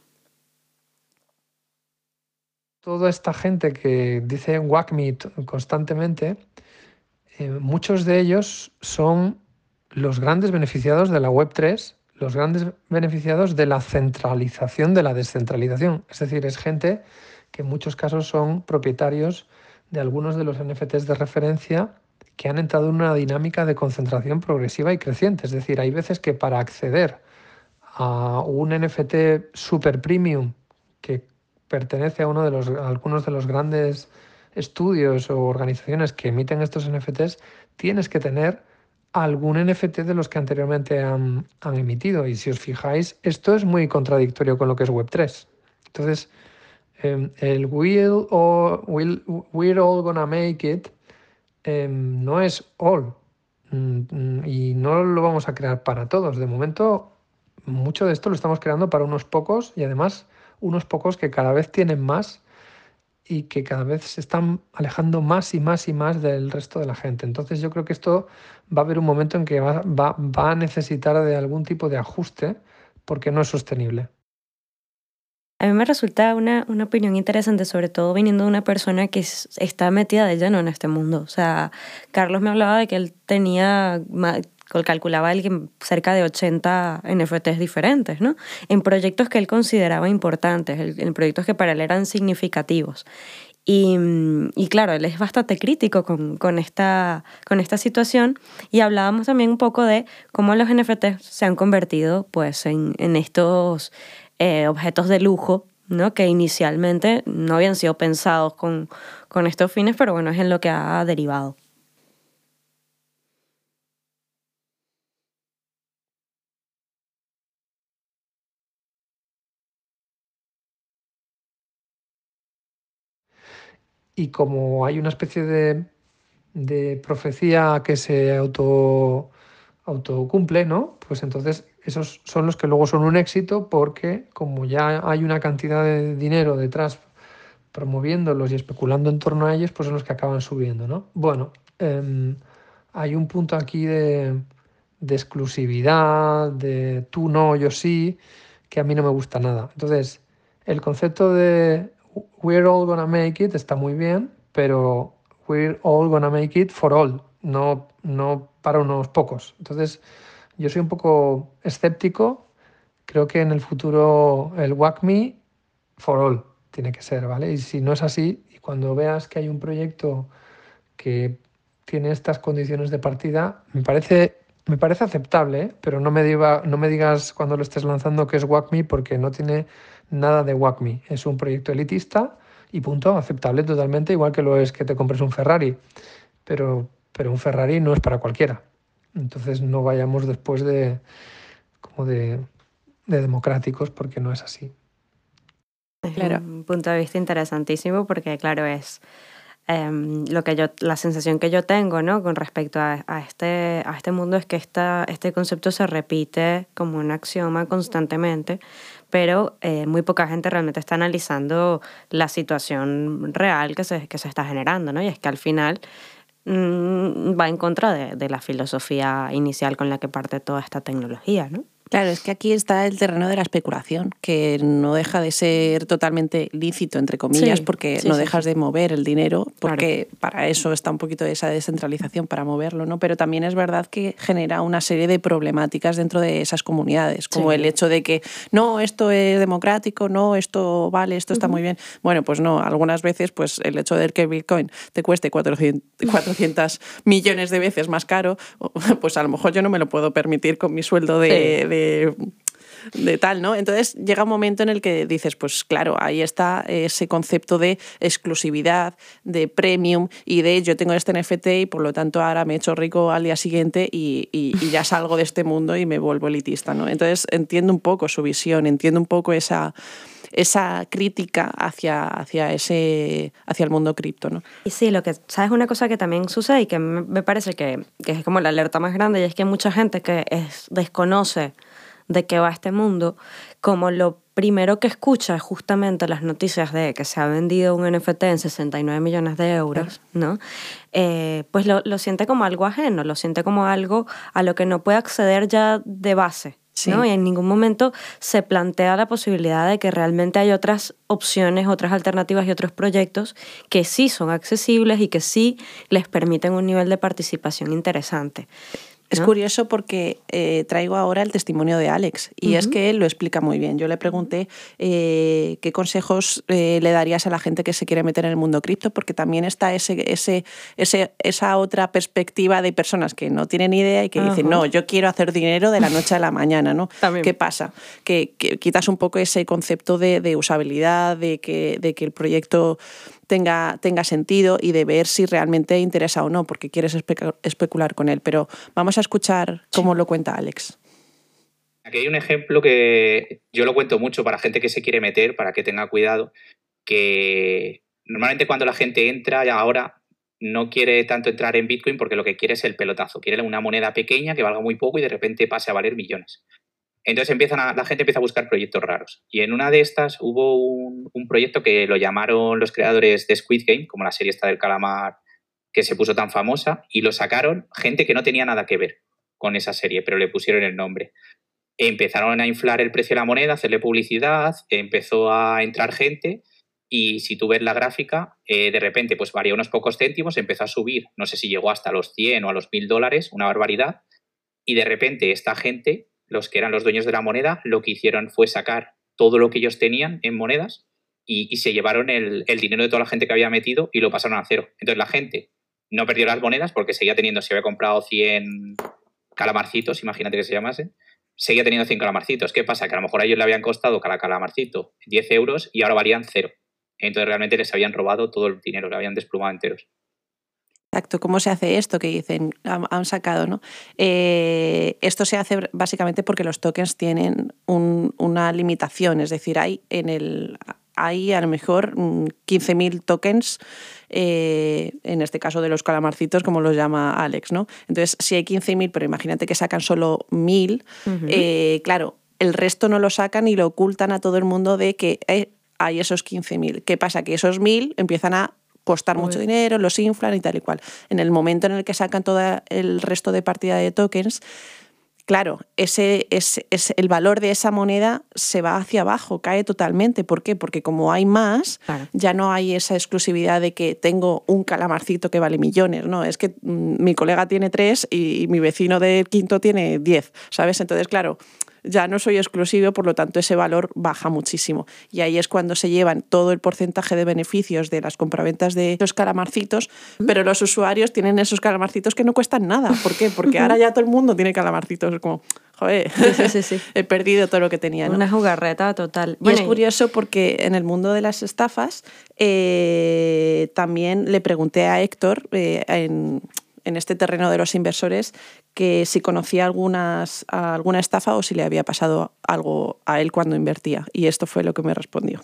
Toda esta gente que dice W A G M I constantemente, eh, muchos de ellos son los grandes beneficiados de la web tres, los grandes beneficiados de la centralización de la descentralización. Es decir, es gente que en muchos casos son propietarios de algunos de los N F Ts de referencia que han entrado en una dinámica de concentración progresiva y creciente. Es decir, hay veces que para acceder a un N F T super premium que pertenece a uno de los, a algunos de los grandes estudios o organizaciones que emiten estos N F Ts, tienes que tener algún N F T de los que anteriormente han, han emitido. Y si os fijáis, esto es muy contradictorio con lo que es web tres. Entonces, eh, el will or will, we're all gonna make it eh, no es all. Mm, y no lo vamos a crear para todos. De momento, mucho de esto lo estamos creando para unos pocos y además unos pocos que cada vez tienen más y que cada vez se están alejando más y más y más del resto de la gente. Entonces yo creo que esto va a haber un momento en que va, va, va a necesitar de algún tipo de ajuste porque no es sostenible. A mí me resulta una, una opinión interesante, sobre todo viniendo de una persona que es- está metida de lleno en este mundo. O sea, Carlos me hablaba de que él tenía, ma- cal- calculaba él que cerca de ochenta N F Ts diferentes, ¿no? En proyectos que él consideraba importantes, en en proyectos que para él eran significativos. Y, mm, y claro, él es bastante crítico con, con, esta, con esta situación y hablábamos también un poco de cómo los N F Ts se han convertido pues, en, en estos eh, objetos de lujo, ¿no? Que inicialmente no habían sido pensados con, con estos fines, pero bueno, es en lo que ha derivado. Y como hay una especie de, de profecía que se auto, autocumple, ¿no? Pues entonces esos son los que luego son un éxito porque como ya hay una cantidad de dinero detrás promoviéndolos y especulando en torno a ellos, pues son los que acaban subiendo, ¿no? Bueno, eh, hay un punto aquí de, de exclusividad, de tú no, yo sí, que a mí no me gusta nada. Entonces, el concepto de we're all gonna make it está muy bien, pero we're all gonna make it for all, no, no para unos pocos. Entonces, yo soy un poco escéptico. Creo que en el futuro el WACMI for all tiene que ser, ¿vale? Y si no es así, y cuando veas que hay un proyecto que tiene estas condiciones de partida, me parece, me parece aceptable, ¿eh? Pero no me, diga, no me digas cuando lo estés lanzando que es WACMI porque no tiene nada de WACMI. Es un proyecto elitista y punto, aceptable totalmente, igual que lo es que te compres un Ferrari. Pero, pero un Ferrari no es para cualquiera. Entonces no vayamos después de como de, de democráticos porque no es así. Es Claro. un punto de vista interesantísimo porque, claro, es em, lo que yo, la sensación que yo tengo, ¿no? Con respecto a, a este, a este mundo es que esta, este concepto se repite como un axioma constantemente, pero eh, muy poca gente realmente está analizando la situación real que se, que se está generando, ¿no? Y es que al final mm, va en contra de, de la filosofía inicial con la que parte toda esta tecnología, ¿no? Claro, es que aquí está el terreno de la especulación, que no deja de ser totalmente lícito, entre comillas, Sí, porque sí, no sí, dejas sí. de mover el dinero, porque Claro. para eso está un poquito esa descentralización, para moverlo, ¿no? Pero también es verdad que genera una serie de problemáticas dentro de esas comunidades, como Sí. el hecho de que no, esto es democrático, no, esto vale, esto está Ujú. muy bien. Bueno, pues no, algunas veces pues el hecho de que Bitcoin te cueste cuatrocientos millones de veces más caro, pues a lo mejor yo no me lo puedo permitir con mi sueldo de... Sí. de de tal, ¿no? Entonces llega un momento en el que dices, pues claro, ahí está ese concepto de exclusividad, de premium y de yo tengo este N F T y por lo tanto ahora me he hecho rico al día siguiente y, y, y ya salgo de este mundo y me vuelvo elitista, ¿no? Entonces entiendo un poco su visión, entiendo un poco esa, esa crítica hacia, hacia, ese, hacia el mundo cripto, ¿no? Y sí, lo que, ¿sabes? Una cosa que también sucede y que me me parece que, que es como la alerta más grande y es que mucha gente que es, desconoce de qué va este mundo, como lo primero que escucha es justamente las noticias de que se ha vendido un N F T en sesenta y nueve millones de euros, ¿no? Eh, pues lo, lo siente como algo ajeno, lo siente como algo a lo que no puede acceder ya de base. Sí. ¿No? Y en ningún momento se plantea la posibilidad de que realmente hay otras opciones, otras alternativas y otros proyectos que sí son accesibles y que sí les permiten un nivel de participación interesante. Es ¿no? curioso porque eh, traigo ahora el testimonio de Alex y uh-huh. es que él lo explica muy bien. Yo le pregunté eh, qué consejos eh, le darías a la gente que se quiere meter en el mundo cripto, porque también está ese, ese, ese, esa otra perspectiva de personas que no tienen idea y que uh-huh. dicen, no, yo quiero hacer dinero de la noche a la mañana, ¿no? ¿Qué pasa? Que, que quitas un poco ese concepto de, de usabilidad, de que, de que el proyecto Tenga, tenga sentido y de ver si realmente interesa o no, porque quieres espe- especular con él. Pero vamos a escuchar cómo lo cuenta Alex. Aquí hay un ejemplo que yo lo cuento mucho para gente que se quiere meter, para que tenga cuidado, que normalmente cuando la gente entra ahora no quiere tanto entrar en Bitcoin porque lo que quiere es el pelotazo, quiere una moneda pequeña que valga muy poco y de repente pase a valer millones. Entonces empiezan a, la gente empieza a buscar proyectos raros. Y en una de estas hubo un, un proyecto que lo llamaron los creadores de Squid Game, como la serie esta del calamar que se puso tan famosa, y lo sacaron gente que no tenía nada que ver con esa serie, pero le pusieron el nombre. Empezaron a inflar el precio de la moneda, a hacerle publicidad, empezó a entrar gente y si tú ves la gráfica, eh, de repente pues varía unos pocos céntimos, empezó a subir, no sé si llegó hasta los cien o a los mil dólares, una barbaridad, y de repente esta gente, los que eran los dueños de la moneda, lo que hicieron fue sacar todo lo que ellos tenían en monedas y, y se llevaron el, el dinero de toda la gente que había metido y lo pasaron a cero. Entonces la gente no perdió las monedas porque seguía teniendo, si había comprado cien calamarcitos, imagínate que se llamase, seguía teniendo cien calamarcitos. ¿Qué pasa? Que a lo mejor a ellos le habían costado cada calamarcito diez euros y ahora valían cero. Entonces realmente les habían robado todo el dinero, lo habían desplumado enteros. Exacto, ¿cómo se hace esto que dicen, han sacado, ¿no? Eh, esto se hace básicamente porque los tokens tienen un, una limitación, es decir, hay en el hay a lo mejor quince mil tokens, eh, en este caso de los calamarcitos, como los llama Alex, ¿no? Entonces, si hay quince mil, pero imagínate que sacan solo mil, uh-huh. eh, claro, el resto no lo sacan y lo ocultan a todo el mundo de que eh, hay esos quince mil. ¿Qué pasa? Que esos mil empiezan a costar mucho dinero, los inflan y tal y cual. En el momento en el que sacan todo el resto de partida de tokens, claro, ese, ese, ese, el valor de esa moneda se va hacia abajo, cae totalmente. ¿Por qué? Porque como hay más, claro, ya no hay esa exclusividad de que tengo un calamarcito que vale millones, ¿no? Es que mmm, mi colega tiene tres y, y mi vecino del quinto tiene diez, ¿sabes? Entonces, claro, ya no soy exclusivo, por lo tanto ese valor baja muchísimo. Y ahí es cuando se llevan todo el porcentaje de beneficios de las compraventas de los calamarcitos, pero los usuarios tienen esos calamarcitos que no cuestan nada. ¿Por qué? Porque ahora ya todo el mundo tiene calamarcitos. Es como, joder, sí, sí, sí. He perdido todo lo que tenía, ¿no? Una jugarreta total. Y bueno, es curioso porque en el mundo de las estafas eh, también le pregunté a Héctor eh, en... en este terreno de los inversores, que si conocía algunas, alguna estafa o si le había pasado algo a él cuando invertía. Y esto fue lo que me respondió.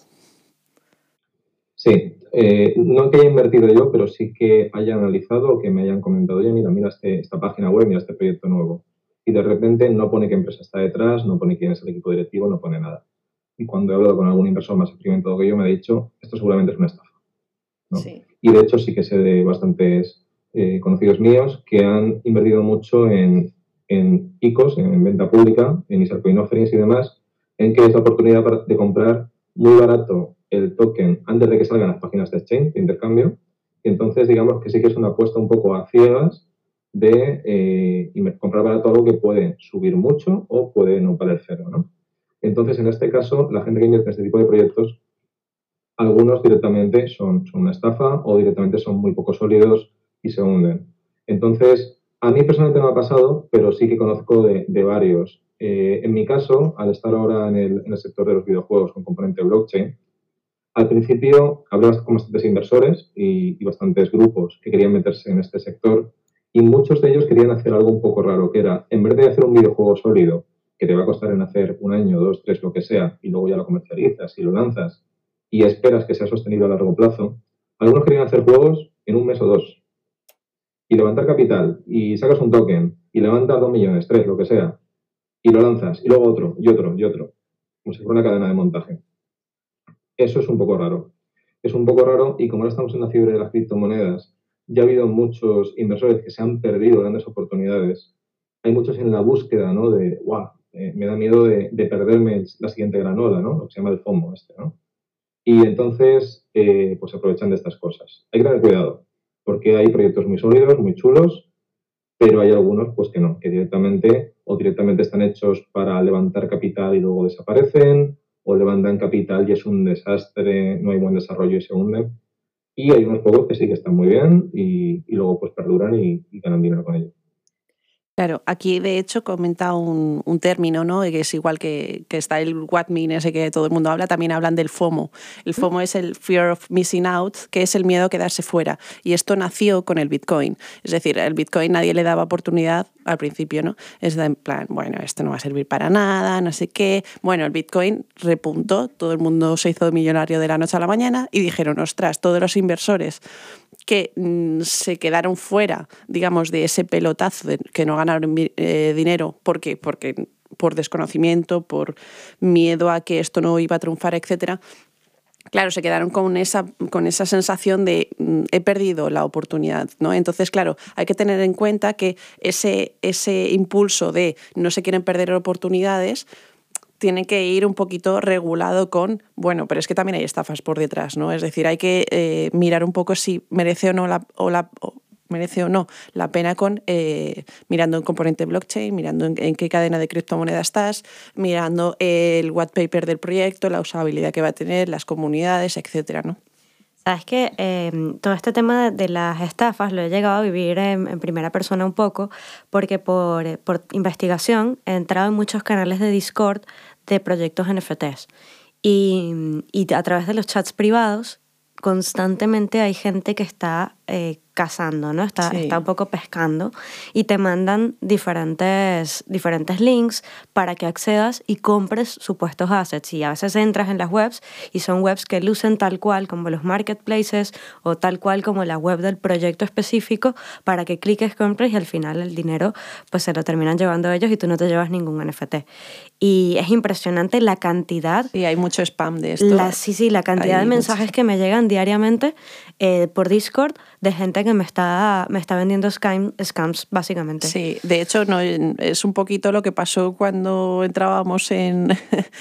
Sí, eh, no que haya invertido yo, pero sí que haya analizado o que me hayan comentado, oye, mira, mira este, esta página web, mira este proyecto nuevo. Y de repente no pone qué empresa está detrás, no pone quién es el equipo directivo, no pone nada. Y cuando he hablado con algún inversor más experimentado que yo, me ha dicho, esto seguramente es una estafa, ¿no? Sí. Y de hecho sí que sé de bastantes Eh, conocidos míos que han invertido mucho en, en I C Os, en venta pública, en Isar Coin Offerings y demás, en que es la oportunidad para, de comprar muy barato el token antes de que salgan las páginas de exchange, de intercambio, y entonces digamos que sí que es una apuesta un poco a ciegas de eh, comprar barato algo que puede subir mucho o puede no valer cero, ¿no? Entonces, en este caso, la gente que invierte en este tipo de proyectos, algunos directamente son, son una estafa o directamente son muy poco sólidos y se hunden. Entonces, a mí personalmente no me ha pasado, pero sí que conozco de, de varios. Eh, en mi caso, al estar ahora en el, en el sector de los videojuegos con componente blockchain, al principio hablé con bastantes inversores y, y bastantes grupos que querían meterse en este sector y muchos de ellos querían hacer algo un poco raro, que era, en vez de hacer un videojuego sólido, que te va a costar en hacer un año, dos, tres, lo que sea, y luego ya lo comercializas y lo lanzas y esperas que sea sostenido a largo plazo, algunos querían hacer juegos en un mes o dos. Y levantar capital, y sacas un token, y levantas dos millones, tres, lo que sea, y lo lanzas, y luego otro, y otro, y otro, como si fuera una cadena de montaje. Eso es un poco raro. Es un poco raro, y como ahora estamos en la fiebre de las criptomonedas, ya ha habido muchos inversores que se han perdido grandes oportunidades. Hay muchos en la búsqueda, ¿no? De, guau, eh, me da miedo de, de perderme la siguiente granola, ¿no? Lo que se llama el FOMO este, ¿no? Y entonces, eh, pues aprovechan de estas cosas. Hay que tener cuidado, porque hay proyectos muy sólidos, muy chulos, pero hay algunos pues que no, que directamente o directamente están hechos para levantar capital y luego desaparecen, o levantan capital y es un desastre, no hay buen desarrollo y se hunden. Y hay unos pocos que sí que están muy bien y, y luego pues perduran y, y ganan dinero con ellos. Claro, aquí de hecho comenta un, un término, ¿no? Que es igual que, que está el What-Mean, ese que todo el mundo habla, también hablan del FOMO. El FOMO es el Fear of Missing Out, que es el miedo a quedarse fuera. Y esto nació con el Bitcoin. Es decir, el Bitcoin nadie le daba oportunidad al principio, ¿no? Es de en plan, bueno, esto no va a servir para nada, no sé qué. Bueno, el Bitcoin repuntó, todo el mundo se hizo millonario de la noche a la mañana y dijeron, ostras, todos los inversores que mmm, se quedaron fuera, digamos, de ese pelotazo de que no ganaron eh, dinero. ¿Por qué? Porque por desconocimiento, por miedo a que esto no iba a triunfar, etcétera. Claro, se quedaron con esa, con esa sensación de mm, he perdido la oportunidad, ¿no? Entonces, claro, hay que tener en cuenta que ese, ese impulso de no se quieren perder oportunidades tiene que ir un poquito regulado con, bueno, pero es que también hay estafas por detrás, ¿no? Es decir, hay que eh, mirar un poco si merece o no la... O la o, merece o no la pena con eh, mirando un componente blockchain, mirando en, en qué cadena de criptomoneda estás, mirando el white paper del proyecto, la usabilidad que va a tener, las comunidades, etcétera, ¿no? Sabes que eh, todo este tema de, de las estafas lo he llegado a vivir en, en primera persona un poco, porque por, por investigación he entrado en muchos canales de Discord de proyectos N F Ts y, y a través de los chats privados constantemente hay gente que está eh, cazando, ¿no? Está, sí. está un poco pescando y te mandan diferentes, diferentes links para que accedas y compres supuestos assets. Y a veces entras en las webs y son webs que lucen tal cual como los marketplaces o tal cual como la web del proyecto específico para que cliques, compres y al final el dinero pues se lo terminan llevando ellos y tú no te llevas ningún N F T. Y es impresionante la cantidad... Y hay mucho spam de esto. La, sí, sí, la cantidad hay de mensajes mucho. que me llegan diariamente eh, por Discord de gente que me está, me está vendiendo scam, scams, básicamente. Sí, de hecho no, es un poquito lo que pasó cuando entrábamos en,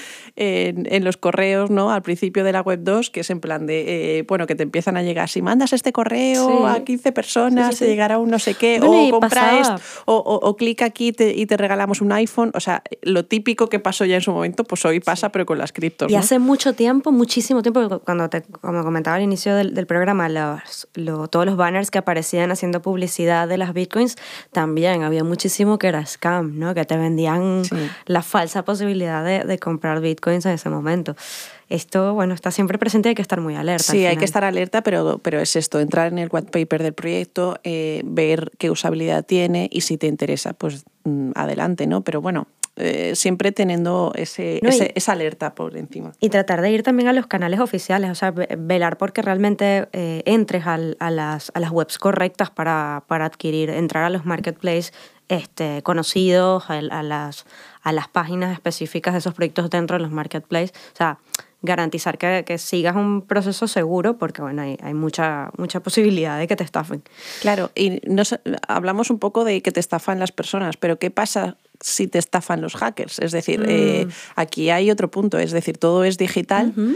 en, en los correos, ¿no? Al principio de la web dos, que es en plan de, eh, bueno, que te empiezan a llegar, si mandas este correo sí. a quince personas, sí, sí, sí. te llegará un no sé qué, bueno, o compra esto, o, o, o clica aquí te, y te regalamos un iPhone. O sea, lo típico que pasó ya en su momento, pues hoy pasa, sí. pero con las criptos. Y ¿no? hace mucho tiempo, muchísimo tiempo, cuando te, como comentaba al inicio del, del programa, los, lo, todos los banners que aparecían haciendo publicidad de las bitcoins, también había muchísimo que era scam, ¿no? Que te vendían sí. la falsa posibilidad de, de comprar bitcoins en ese momento. Esto, bueno, está siempre presente y hay que estar muy alerta. Sí, hay que estar alerta, pero, pero es esto, entrar en el white paper del proyecto, eh, ver qué usabilidad tiene y si te interesa, pues mmm, adelante, ¿no? Pero bueno, eh, siempre teniendo ese, no, ese, y, esa alerta por encima. Y tratar de ir también a los canales oficiales, o sea, velar porque realmente eh, entres al, a, las, a las webs correctas para, para adquirir, entrar a los marketplaces este, conocidos, a, a, las, a las páginas específicas de esos proyectos dentro de los marketplaces, o sea, garantizar que, que sigas un proceso seguro porque bueno, hay, hay mucha, mucha posibilidad de que te estafen. Claro, y nos, hablamos un poco de que te estafan las personas, pero ¿qué pasa si te estafan los hackers? Es decir, mm. eh, aquí hay otro punto, es decir, todo es digital, uh-huh.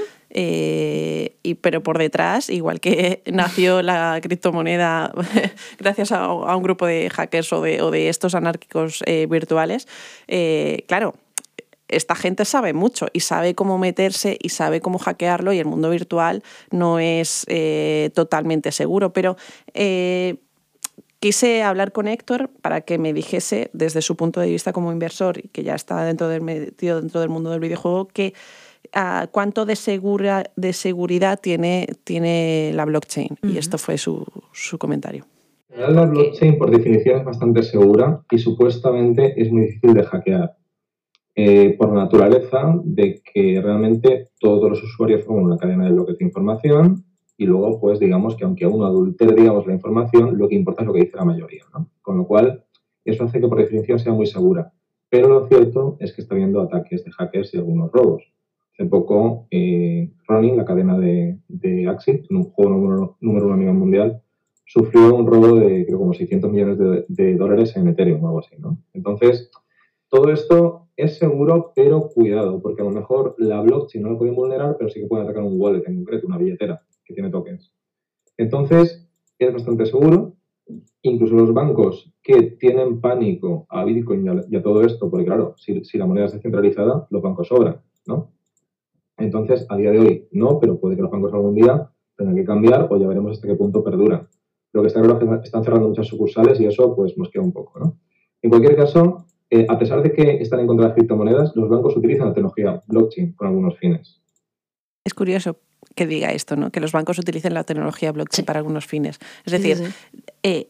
eh, y, pero por detrás, igual que nació la criptomoneda gracias a, a un grupo de hackers o de, o de estos anárquicos eh, virtuales, eh, claro, esta gente sabe mucho y sabe cómo meterse y sabe cómo hackearlo y el mundo virtual no es eh, totalmente seguro. Pero eh, quise hablar con Héctor para que me dijese, desde su punto de vista como inversor y que ya está dentro del, metido dentro del mundo del videojuego, que uh, cuánto de, segura, de seguridad tiene, tiene la blockchain. Uh-huh. Y esto fue su, su comentario. La blockchain, por definición, es bastante segura y supuestamente es muy difícil de hackear. Eh, por naturaleza de que realmente todos los usuarios forman una cadena de bloques de información y luego, pues, digamos que aunque uno adultere, digamos, la información, lo que importa es lo que dice la mayoría, ¿no? Con lo cual, eso hace que por definición sea muy segura. Pero lo cierto es que está habiendo ataques de hackers y algunos robos. Hace poco, eh, Ronin, la cadena de, de Axie, en un juego número, número uno a nivel mundial, sufrió un robo de, creo, como seiscientos millones de, de dólares en Ethereum o algo así, ¿no? Entonces, todo esto es seguro, pero cuidado, porque a lo mejor la blockchain no lo pueden vulnerar, pero sí que pueden atacar un wallet en concreto, una billetera que tiene tokens. Entonces, es bastante seguro. Incluso los bancos que tienen pánico a Bitcoin y a, y a todo esto, porque claro, si, si la moneda es descentralizada, los bancos sobran, ¿no? Entonces, a día de hoy no, pero puede que los bancos algún día tengan que cambiar o ya veremos hasta qué punto perdura. Lo que está claro es que están cerrando muchas sucursales y eso pues nos queda un poco, ¿no? En cualquier caso, Eh, a pesar de que están en contra de las criptomonedas, los bancos utilizan la tecnología blockchain con algunos fines. Es curioso que diga esto, ¿no? Que los bancos utilicen la tecnología blockchain sí. para algunos fines. Es decir, sí, sí. Eh,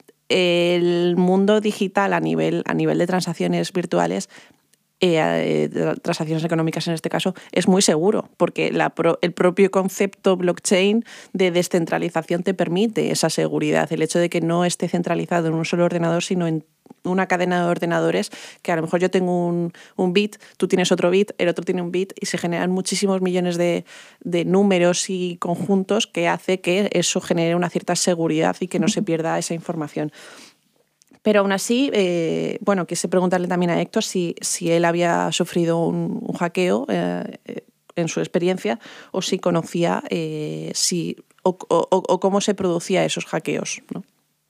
el mundo digital a nivel, a nivel de transacciones virtuales, eh, de transacciones económicas en este caso, es muy seguro, porque la pro, el propio concepto blockchain de descentralización te permite esa seguridad, el hecho de que no esté centralizado en un solo ordenador, sino en una cadena de ordenadores que a lo mejor yo tengo un, un bit, tú tienes otro bit, el otro tiene un bit y se generan muchísimos millones de, de números y conjuntos que hace que eso genere una cierta seguridad y que no se pierda esa información. Pero aún así, eh, bueno, quise preguntarle también a Héctor si, si él había sufrido un, un hackeo eh, en su experiencia o si conocía eh, si, o, o, o cómo se producía esos hackeos, ¿no?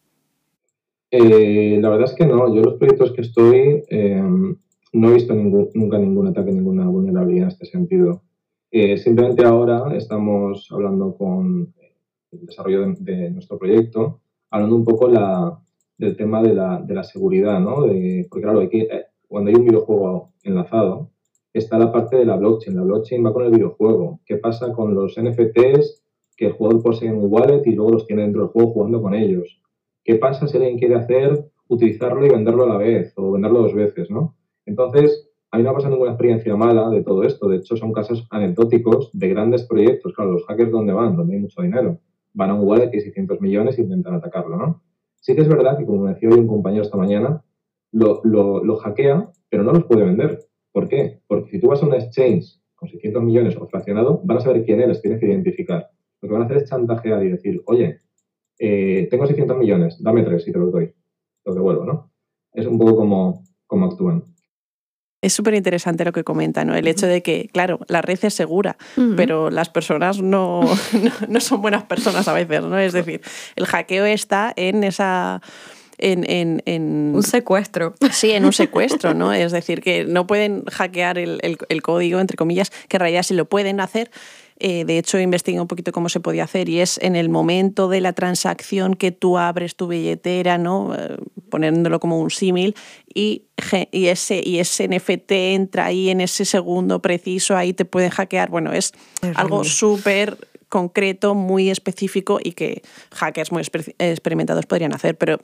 Eh, la verdad es que no. Yo en los proyectos que estoy eh, no he visto ningún, nunca ningún ataque, ninguna vulnerabilidad en este sentido. Eh, simplemente ahora estamos hablando con el desarrollo de, de nuestro proyecto, hablando un poco la, del tema de la, de la seguridad, ¿no? De, porque claro, hay que, eh, cuando hay un videojuego enlazado, está la parte de la blockchain. La blockchain va con el videojuego. ¿Qué pasa con los N F Ts que el jugador posee en un wallet y luego los tiene dentro del juego jugando con ellos? ¿Qué pasa si alguien quiere hacer, utilizarlo y venderlo a la vez o venderlo dos veces, ¿no? Entonces, a mí no ha pasado ninguna experiencia mala de todo esto. De hecho, son casos anecdóticos de grandes proyectos. Claro, los hackers, ¿dónde van? Donde hay mucho dinero. Van a un wallet que hay seiscientos millones e intentan atacarlo, ¿no? Sí que es verdad que, como me decía hoy un compañero esta mañana, lo, lo, lo hackea, pero no los puede vender. ¿Por qué? Porque si tú vas a una exchange con seiscientos millones o fraccionado, van a saber quién eres, tienes que identificar. Lo que van a hacer es chantajear y decir, oye, eh, tengo seiscientos millones, dame tres y te los doy. Los devuelvo, ¿no? Es un poco como, como actúan. Es súper interesante lo que comenta, ¿no? El hecho de que, claro, la red es segura, uh-huh. pero las personas no, no, no son buenas personas a veces, ¿no? Es decir, el hackeo está en esa... En, en, en... Un secuestro. Sí, en un secuestro, ¿no? Es decir, que no pueden hackear el, el, el código, entre comillas, que en realidad sí lo pueden hacer. Eh, de hecho, investigué un poquito cómo se podía hacer y es en el momento de la transacción que tú abres tu billetera, ¿no? Eh, poniéndolo como un símil, y, y, ese, y ese N F T entra ahí en ese segundo preciso, ahí te pueden hackear. Bueno, es Terrible. Algo súper concreto, muy específico y que hackers muy exper- experimentados podrían hacer, pero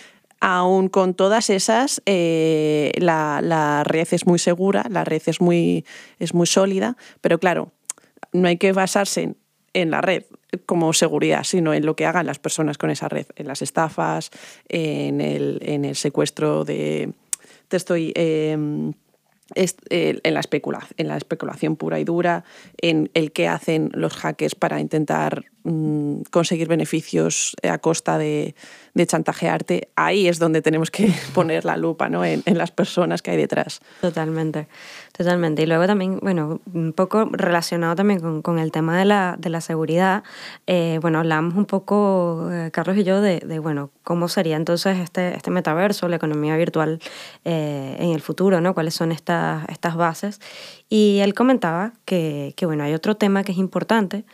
aún con todas esas, eh, la, la red es muy segura, la red es muy, es muy sólida, pero claro, no hay que basarse en, en la red como seguridad, sino en lo que hagan las personas con esa red, en las estafas, en el, en el secuestro de... Te estoy... Eh, Es, eh, en, la especula, en la especulación pura y dura, en el que hacen los hackers para intentar mmm, conseguir beneficios a costa de, de chantajearte. Ahí es donde tenemos que poner la lupa, ¿no? en, en las personas que hay detrás. Totalmente, totalmente. Y luego también, bueno, un poco relacionado también con, con el tema de la, de la seguridad, eh, bueno, hablamos un poco, eh, Carlos y yo, de, de, bueno, cómo sería entonces este, este metaverso, la economía virtual eh, en el futuro, ¿no? ¿Cuáles son estas estas bases? Y él comentaba que, que bueno, hay otro tema que es importante,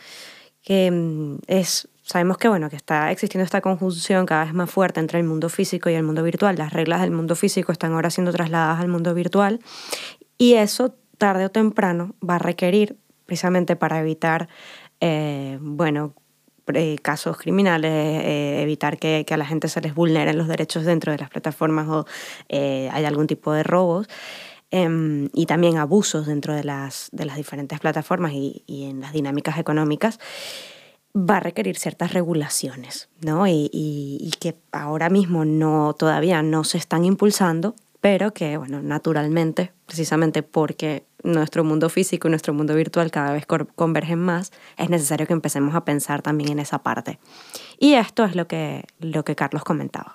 que es, sabemos que bueno, que está existiendo esta conjunción cada vez más fuerte entre el mundo físico y el mundo virtual. Las reglas del mundo físico están ahora siendo trasladadas al mundo virtual y eso tarde o temprano va a requerir, precisamente para evitar eh, bueno, eh, casos criminales, eh, evitar que, que a la gente se les vulneren los derechos dentro de las plataformas o eh, hay algún tipo de robos, Um, y también abusos dentro de las, de las diferentes plataformas y, y en las dinámicas económicas, va a requerir ciertas regulaciones, ¿no? Y, y, y que ahora mismo no, todavía no se están impulsando, pero que, bueno, naturalmente, precisamente porque nuestro mundo físico y nuestro mundo virtual cada vez convergen más, es necesario que empecemos a pensar también en esa parte. Y esto es lo que, lo que Carlos comentaba.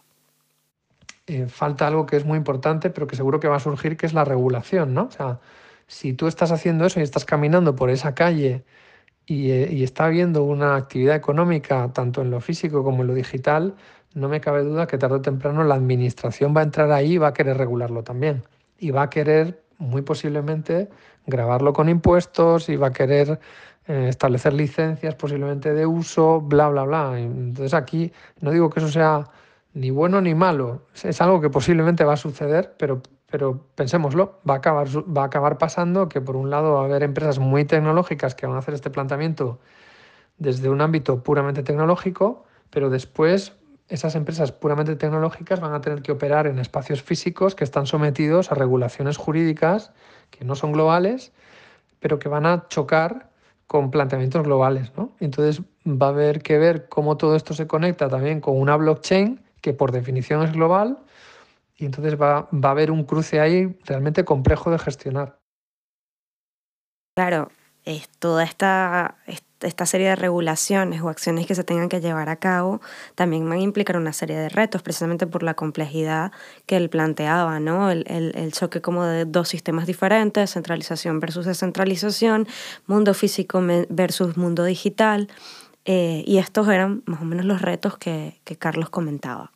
Eh, falta algo que es muy importante, pero que seguro que va a surgir, que es la regulación, ¿no? O sea, si tú estás haciendo eso y estás caminando por esa calle y, eh, y está habiendo una actividad económica, tanto en lo físico como en lo digital, no me cabe duda que tarde o temprano la administración va a entrar ahí y va a querer regularlo también. Y va a querer, muy posiblemente, grabarlo con impuestos y va a querer eh, establecer licencias posiblemente de uso, bla, bla, bla. Entonces aquí no digo que eso sea ni bueno ni malo, es algo que posiblemente va a suceder, pero, pero pensémoslo, va a, acabar, va a acabar pasando que por un lado va a haber empresas muy tecnológicas que van a hacer este planteamiento desde un ámbito puramente tecnológico, pero después esas empresas puramente tecnológicas van a tener que operar en espacios físicos que están sometidos a regulaciones jurídicas que no son globales, pero que van a chocar con planteamientos globales, ¿no? Entonces va a haber que ver cómo todo esto se conecta también con una blockchain que por definición es global Y entonces va, va a haber un cruce ahí realmente complejo de gestionar. Claro, es toda esta, esta serie de regulaciones o acciones que se tengan que llevar a cabo también van a implicar una serie de retos, precisamente por la complejidad que él planteaba, ¿no? El, el, el choque como de dos sistemas diferentes, centralización versus descentralización, mundo físico versus mundo digital, eh, y estos eran más o menos los retos que, que Carlos comentaba.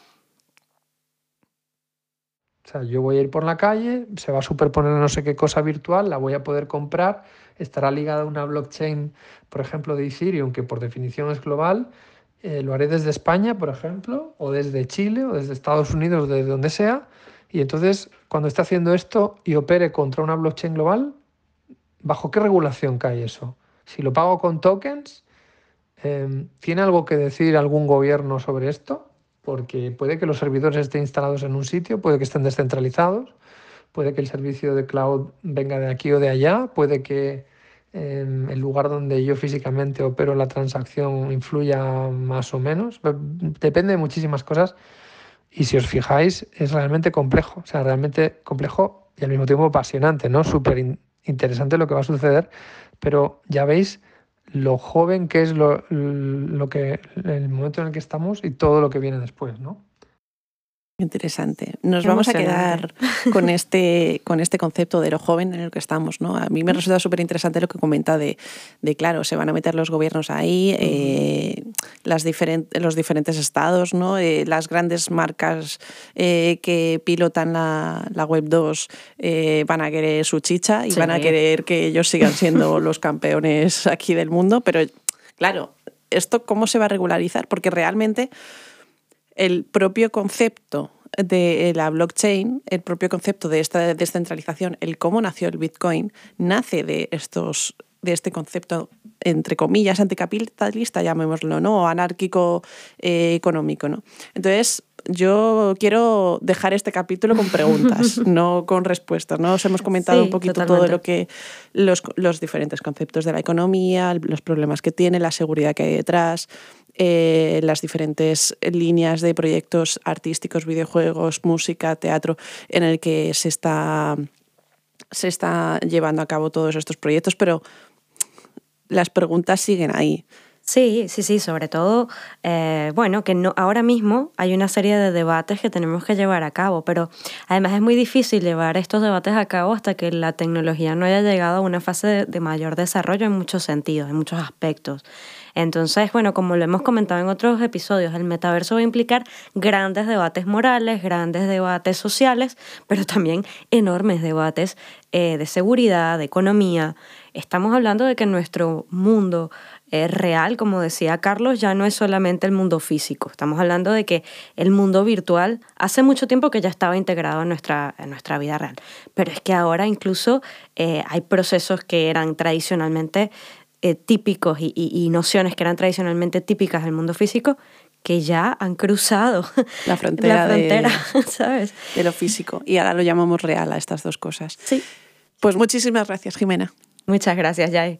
O sea, yo voy a ir por la calle, se va a superponer no sé qué cosa virtual, la voy a poder comprar, estará ligada a una blockchain, por ejemplo, de Ethereum, que por definición es global. Eh, lo haré desde España, por ejemplo, o desde Chile, o desde Estados Unidos, o desde donde sea. Y entonces, cuando esté haciendo esto y opere contra una blockchain global, ¿bajo qué regulación cae eso? Si lo pago con tokens, eh, ¿tiene algo que decir algún gobierno sobre esto? Porque puede que los servidores estén instalados en un sitio, puede que estén descentralizados, puede que el servicio de cloud venga de aquí o de allá, puede que eh, el lugar donde yo físicamente opero la transacción influya más o menos. Depende de muchísimas cosas y si os fijáis es realmente complejo, o sea, realmente complejo y al mismo tiempo apasionante, ¿no? Súper in- interesante lo que va a suceder, pero ya veis lo joven que es lo, lo que, el momento en el que estamos y todo lo que viene después, ¿no? Interesante. Nos Qué vamos a emocionante. quedar con este, con este concepto de lo joven en el que estamos, ¿no? A mí me resulta súper interesante lo que comenta de, de, claro, se van a meter los gobiernos ahí, uh-huh. eh, las diferent, los diferentes estados, ¿no? Eh, las grandes marcas eh, que pilotan la, la web dos eh, van a querer su chicha y sí. van a querer que ellos sigan siendo los campeones aquí del mundo, pero claro, ¿esto cómo se va a regularizar? Porque realmente el propio concepto de la blockchain, el propio concepto de esta descentralización, el cómo nació el Bitcoin, nace de estos, de este concepto, entre comillas, anticapitalista, llamémoslo, ¿no? O anárquico eh, económico, ¿no? Entonces, yo quiero dejar este capítulo con preguntas, no con respuestas, ¿no? Os hemos comentado sí, un poquito totalmente. Todo lo que los, los diferentes conceptos de la economía, los problemas que tiene, la seguridad que hay detrás, eh, las diferentes líneas de proyectos artísticos, videojuegos, música, teatro, en el que se está, se está llevando a cabo todos estos proyectos, pero las preguntas siguen ahí. Sí, sí, sí, sobre todo, eh, bueno, que no, ahora mismo hay una serie de debates que tenemos que llevar a cabo, pero además es muy difícil llevar estos debates a cabo hasta que la tecnología no haya llegado a una fase de, de mayor desarrollo en muchos sentidos, en muchos aspectos. Entonces, bueno, como lo hemos comentado en otros episodios, el metaverso va a implicar grandes debates morales, grandes debates sociales, pero también enormes debates eh, de seguridad, de economía. Estamos hablando de que nuestro mundo eh, real, como decía Carlos, ya no es solamente el mundo físico. Estamos hablando de que el mundo virtual hace mucho tiempo que ya estaba integrado en nuestra, en nuestra vida real. Pero es que ahora incluso eh, hay procesos que eran tradicionalmente eh, típicos y, y, y nociones que eran tradicionalmente típicas del mundo físico que ya han cruzado la frontera, la frontera de, ¿sabes? de lo físico. Y ahora lo llamamos real a estas dos cosas. Sí. Pues muchísimas gracias, Jimena. Muchas gracias, Yai.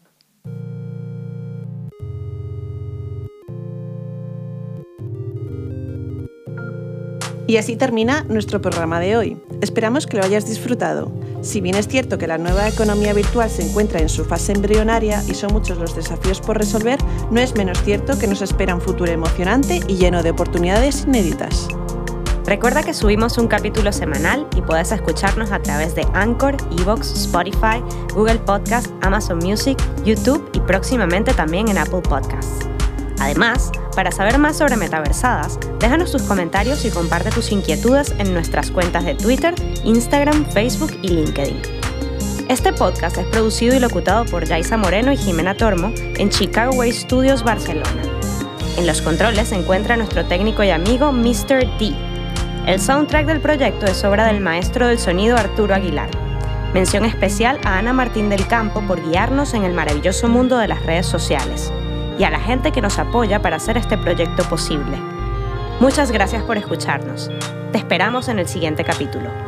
Y así termina nuestro programa de hoy. Esperamos que lo hayas disfrutado. Si bien es cierto que la nueva economía virtual se encuentra en su fase embrionaria y son muchos los desafíos por resolver, no es menos cierto que nos espera un futuro emocionante y lleno de oportunidades inéditas. Recuerda que subimos un capítulo semanal y puedes escucharnos a través de Anchor, iVoox, Spotify, Google Podcast, Amazon Music, YouTube y próximamente también en Apple Podcasts. Además, para saber más sobre Metaversadas, déjanos tus comentarios y comparte tus inquietudes en nuestras cuentas de Twitter, Instagram, Facebook y LinkedIn. Este podcast es producido y locutado por Yaisa Moreno y Jimena Tormo en Chicago Way Studios, Barcelona. En los controles se encuentra nuestro técnico y amigo mister D. El soundtrack del proyecto es obra del maestro del sonido Arturo Aguilar. Mención especial a Ana Martín del Campo por guiarnos en el maravilloso mundo de las redes sociales. Y a la gente que nos apoya para hacer este proyecto posible. Muchas gracias por escucharnos. Te esperamos en el siguiente capítulo.